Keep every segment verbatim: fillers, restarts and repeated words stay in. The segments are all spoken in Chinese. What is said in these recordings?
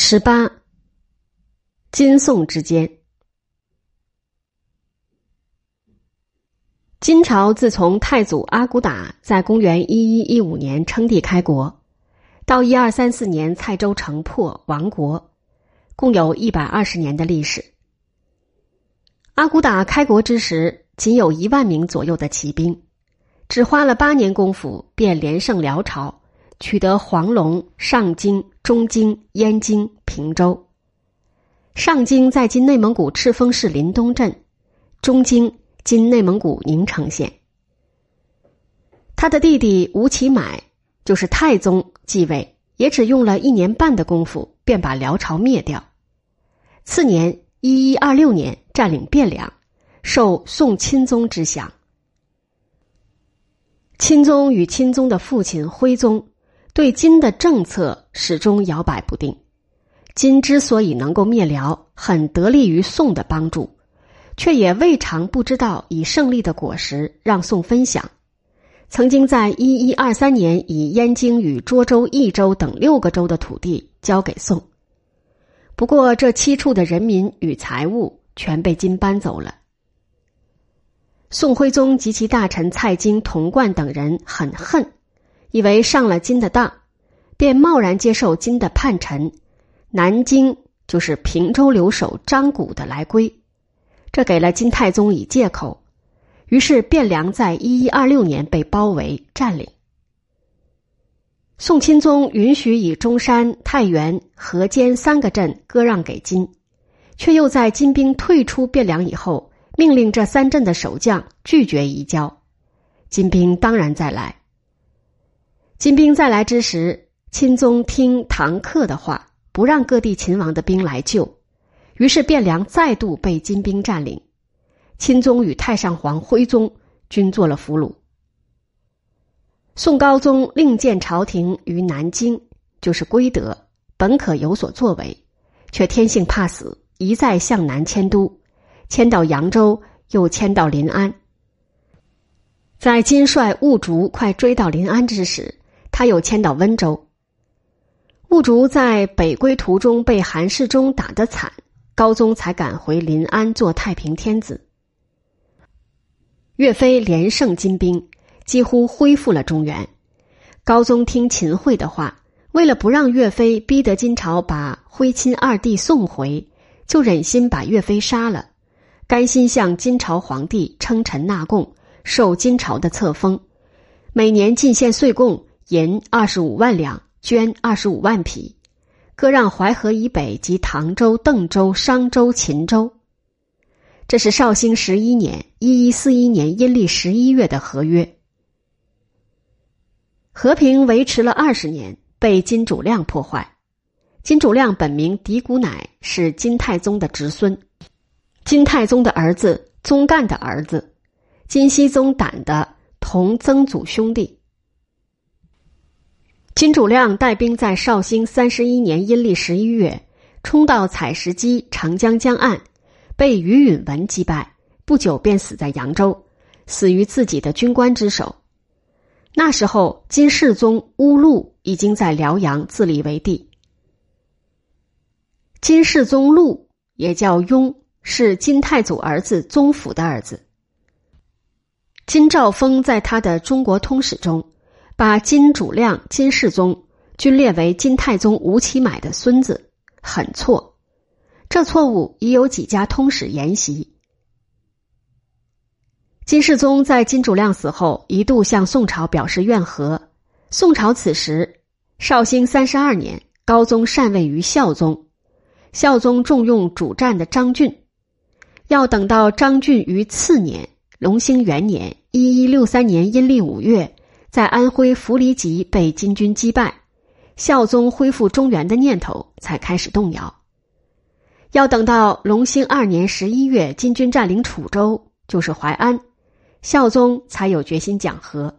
十八，金宋之间。金朝自从太祖阿骨打在公元一一一五年称帝开国，到一二三四年蔡州城破亡国，共有一百二十年的历史。阿骨打开国之时，仅有一万名左右的骑兵，只花了八年功夫便连胜辽朝，取得黄龙、上京、中京、燕京、平州。上京在今内蒙古赤峰市临东镇，中京今内蒙古宁城县。他的弟弟吴乞买就是太宗继位，也只用了一年半的功夫便把辽朝灭掉。次年一一二六年占领汴梁，受宋钦宗之降。钦宗与钦宗的父亲徽宗对金的政策始终摇摆不定。金之所以能够灭辽，很得力于宋的帮助，却也未尝不知道以胜利的果实让宋分享。曾经在一一二三年以燕京与涿州、益州等六个州的土地交给宋，不过这七处的人民与财物全被金搬走了。宋徽宗及其大臣蔡京、童贯等人很恨，以为上了金的当，便贸然接受金的叛臣南京就是平州留守张古的来归，这给了金太宗以借口，于是汴梁在一一二六年被包围占领。宋钦宗允许以中山、太原、河间三个镇割让给金，却又在金兵退出汴梁以后，命令这三镇的守将拒绝移交。金兵当然再来。金兵再来之时，钦宗听唐克的话，不让各地秦王的兵来救，于是汴梁再度被金兵占领。钦宗与太上皇徽宗均做了俘虏。宋高宗另建朝廷于南京，就是归德，本可有所作为，却天性怕死，一再向南迁都，迁到扬州，又迁到临安。在金帅兀术快追到临安之时，他又迁到温州。兀术在北归途中被韩世忠打得惨，高宗才赶回临安做太平天子。岳飞连胜金兵，几乎恢复了中原。高宗听秦桧的话，为了不让岳飞逼得金朝把徽钦二帝送回，就忍心把岳飞杀了，甘心向金朝皇帝称臣纳贡，受金朝的册封，每年进献岁贡银二十五万两，绢二十五万匹，割让淮河以北及唐州、邓州、商州、秦州。这是绍兴十一年一一四一年阴历十一月的合约。和平维持了二十年，被金主亮破坏。金主亮本名狄谷乃，是金太宗的侄孙，金太宗的儿子，宗干的儿子，金熙宗胆的同曾祖兄弟。金主亮带兵在绍兴三十一年阴历十一月，冲到采石矶长江江岸，被于允文击败，不久便死在扬州，死于自己的军官之手。那时候金世宗乌禄已经在辽阳自立为帝。金世宗禄也叫雍，是金太祖儿子宗辅的儿子。金兆丰在他的《中国通史》中把金主亮、金世宗均列为金太宗吴乞买的孙子，很错。这错误已有几家通史沿袭。金世宗在金主亮死后，一度向宋朝表示怨和。宋朝此时绍兴三十二年，高宗禅位于孝宗，孝宗重用主战的张俊，要等到张俊于次年隆兴元年一一六三年阴历五月，在安徽扶黎集被金军击败，孝宗恢复中原的念头才开始动摇。要等到隆兴二年十一月，金军占领楚州，就是淮安，孝宗才有决心讲和。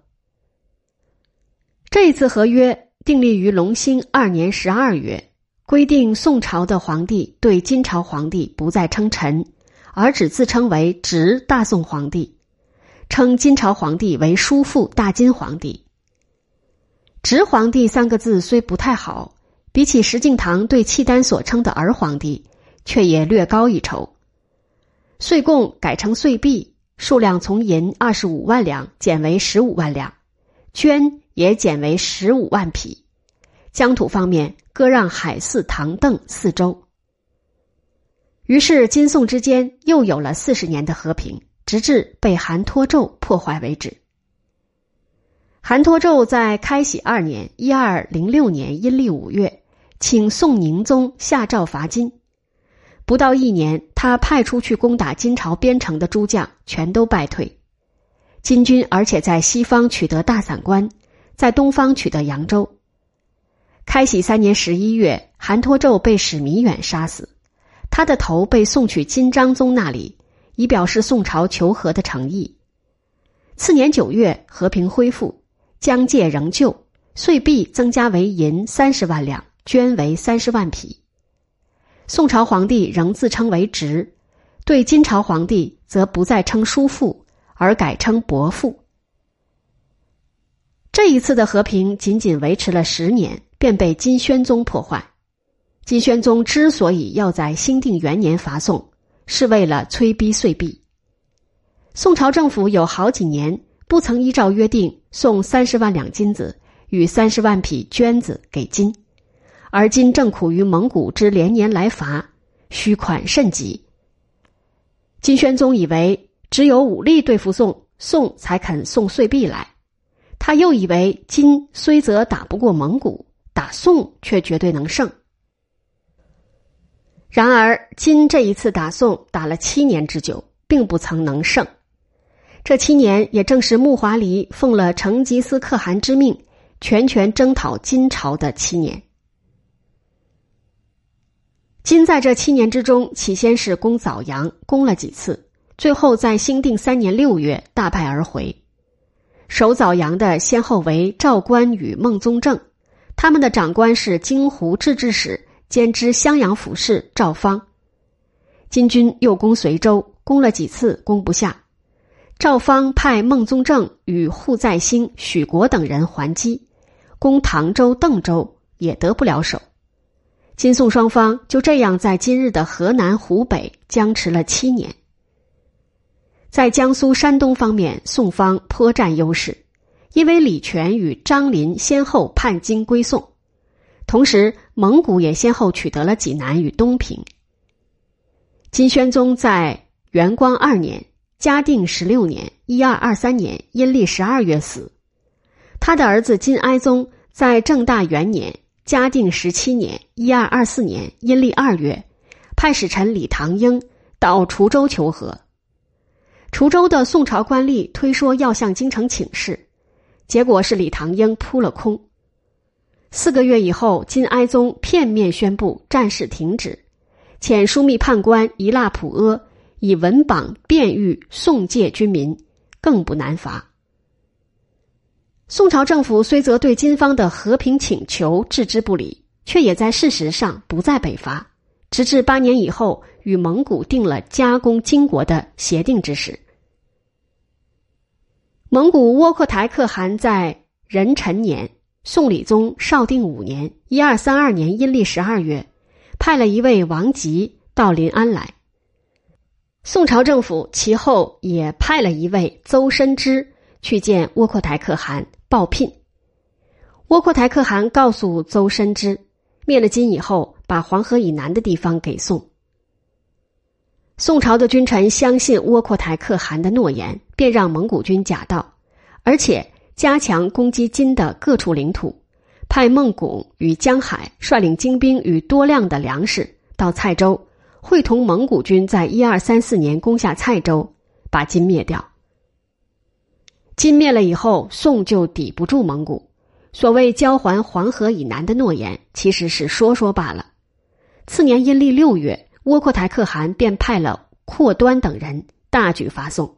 这一次合约订立于隆兴二年十二月，规定宋朝的皇帝对金朝皇帝不再称臣，而只自称为直大宋皇帝，称金朝皇帝为叔父大金皇帝。直皇帝三个字虽不太好， 比起石敬瑭对契丹所称的儿皇帝，却也略高一筹。岁贡改成岁币，数量从银二十五万两减为十五万两，绢也减为十五万匹。疆土方面各让海泗、唐邓四州。于是金宋之间又有了四十年的和平，直至被韩托胄破坏为止。韩托胄在开禧二年一二零六年阴历五月，请宋宁宗下诏伐金。不到一年，他派出去攻打金朝边城的诸将全都败退。金军而且在西方取得大散关，在东方取得扬州。开禧三年十一月，韩托胄被史弥远杀死，他的头被送去金章宗那里，以表示宋朝求和的诚意。次年九月，和平恢复，疆界仍旧，岁币增加为银三十万两，绢为三十万匹。宋朝皇帝仍自称为侄，对金朝皇帝则不再称叔父，而改称伯父。这一次的和平仅仅维持了十年，便被金宣宗破坏。金宣宗之所以要在兴定元年伐宋，是为了催逼岁币。宋朝政府有好几年不曾依照约定送三十万两金子与三十万匹绢子给金，而今正苦于蒙古之连年来伐，需款甚急。金宣宗以为只有武力对付宋，宋才肯送岁币来。他又以为金虽则打不过蒙古，打宋却绝对能胜。然而金这一次打宋打了七年之久，并不曾能胜。这七年也正是木华黎奉了成吉思可汗之命，全权征讨金朝的七年。金在这七年之中，起先是攻枣阳，攻了几次，最后在兴定三年六月大败而回。守枣阳的先后为赵官与孟宗正，他们的长官是京湖制置使兼知襄阳府事赵方。金军又攻随州，攻了几次攻不下，赵方派孟宗正与户在兴、许国等人还击，攻唐州、邓州也得不了手。金宋双方就这样在今日的河南、湖北僵持了七年。在江苏、山东方面，宋方颇占优势，因为李全与张林先后叛金归宋，同时蒙古也先后取得了济南与东平。金宣宗在元光二年嘉定十六年一二二三年阴历十二月死，他的儿子金哀宗在正大元年嘉定十七年一二二四年阴历二月派使臣李唐英到滁州求和。滁州的宋朝官吏推说要向京城请示，结果是李唐英扑了空。四个月以后，金哀宗片面宣布战事停止，遣枢密判官一腊普阿以文榜便谕宋界军民，更不南伐。宋朝政府虽则对金方的和平请求置之不理，却也在事实上不再北伐，直至八年以后与蒙古定了加攻金国的协定之时。蒙古窝阔台可汗在壬辰年宋理宗绍定五年一二三二年阴历十二月派了一位王吉到临安来。宋朝政府其后也派了一位邹深之去见窝阔台可汗报聘。窝阔台可汗告诉邹深之，灭了金以后把黄河以南的地方给宋。宋朝的君臣相信窝阔台可汗的诺言，便让蒙古军假道，而且加强攻击金的各处领土，派孟拱与江海率领精兵与多量的粮食到蔡州，会同蒙古军在一二三四年攻下蔡州，把金灭掉。金灭了以后，宋就抵不住蒙古，所谓交还黄河以南的诺言，其实是说说罢了。次年阴历六月，窝阔台可汗便派了阔端等人大举伐宋。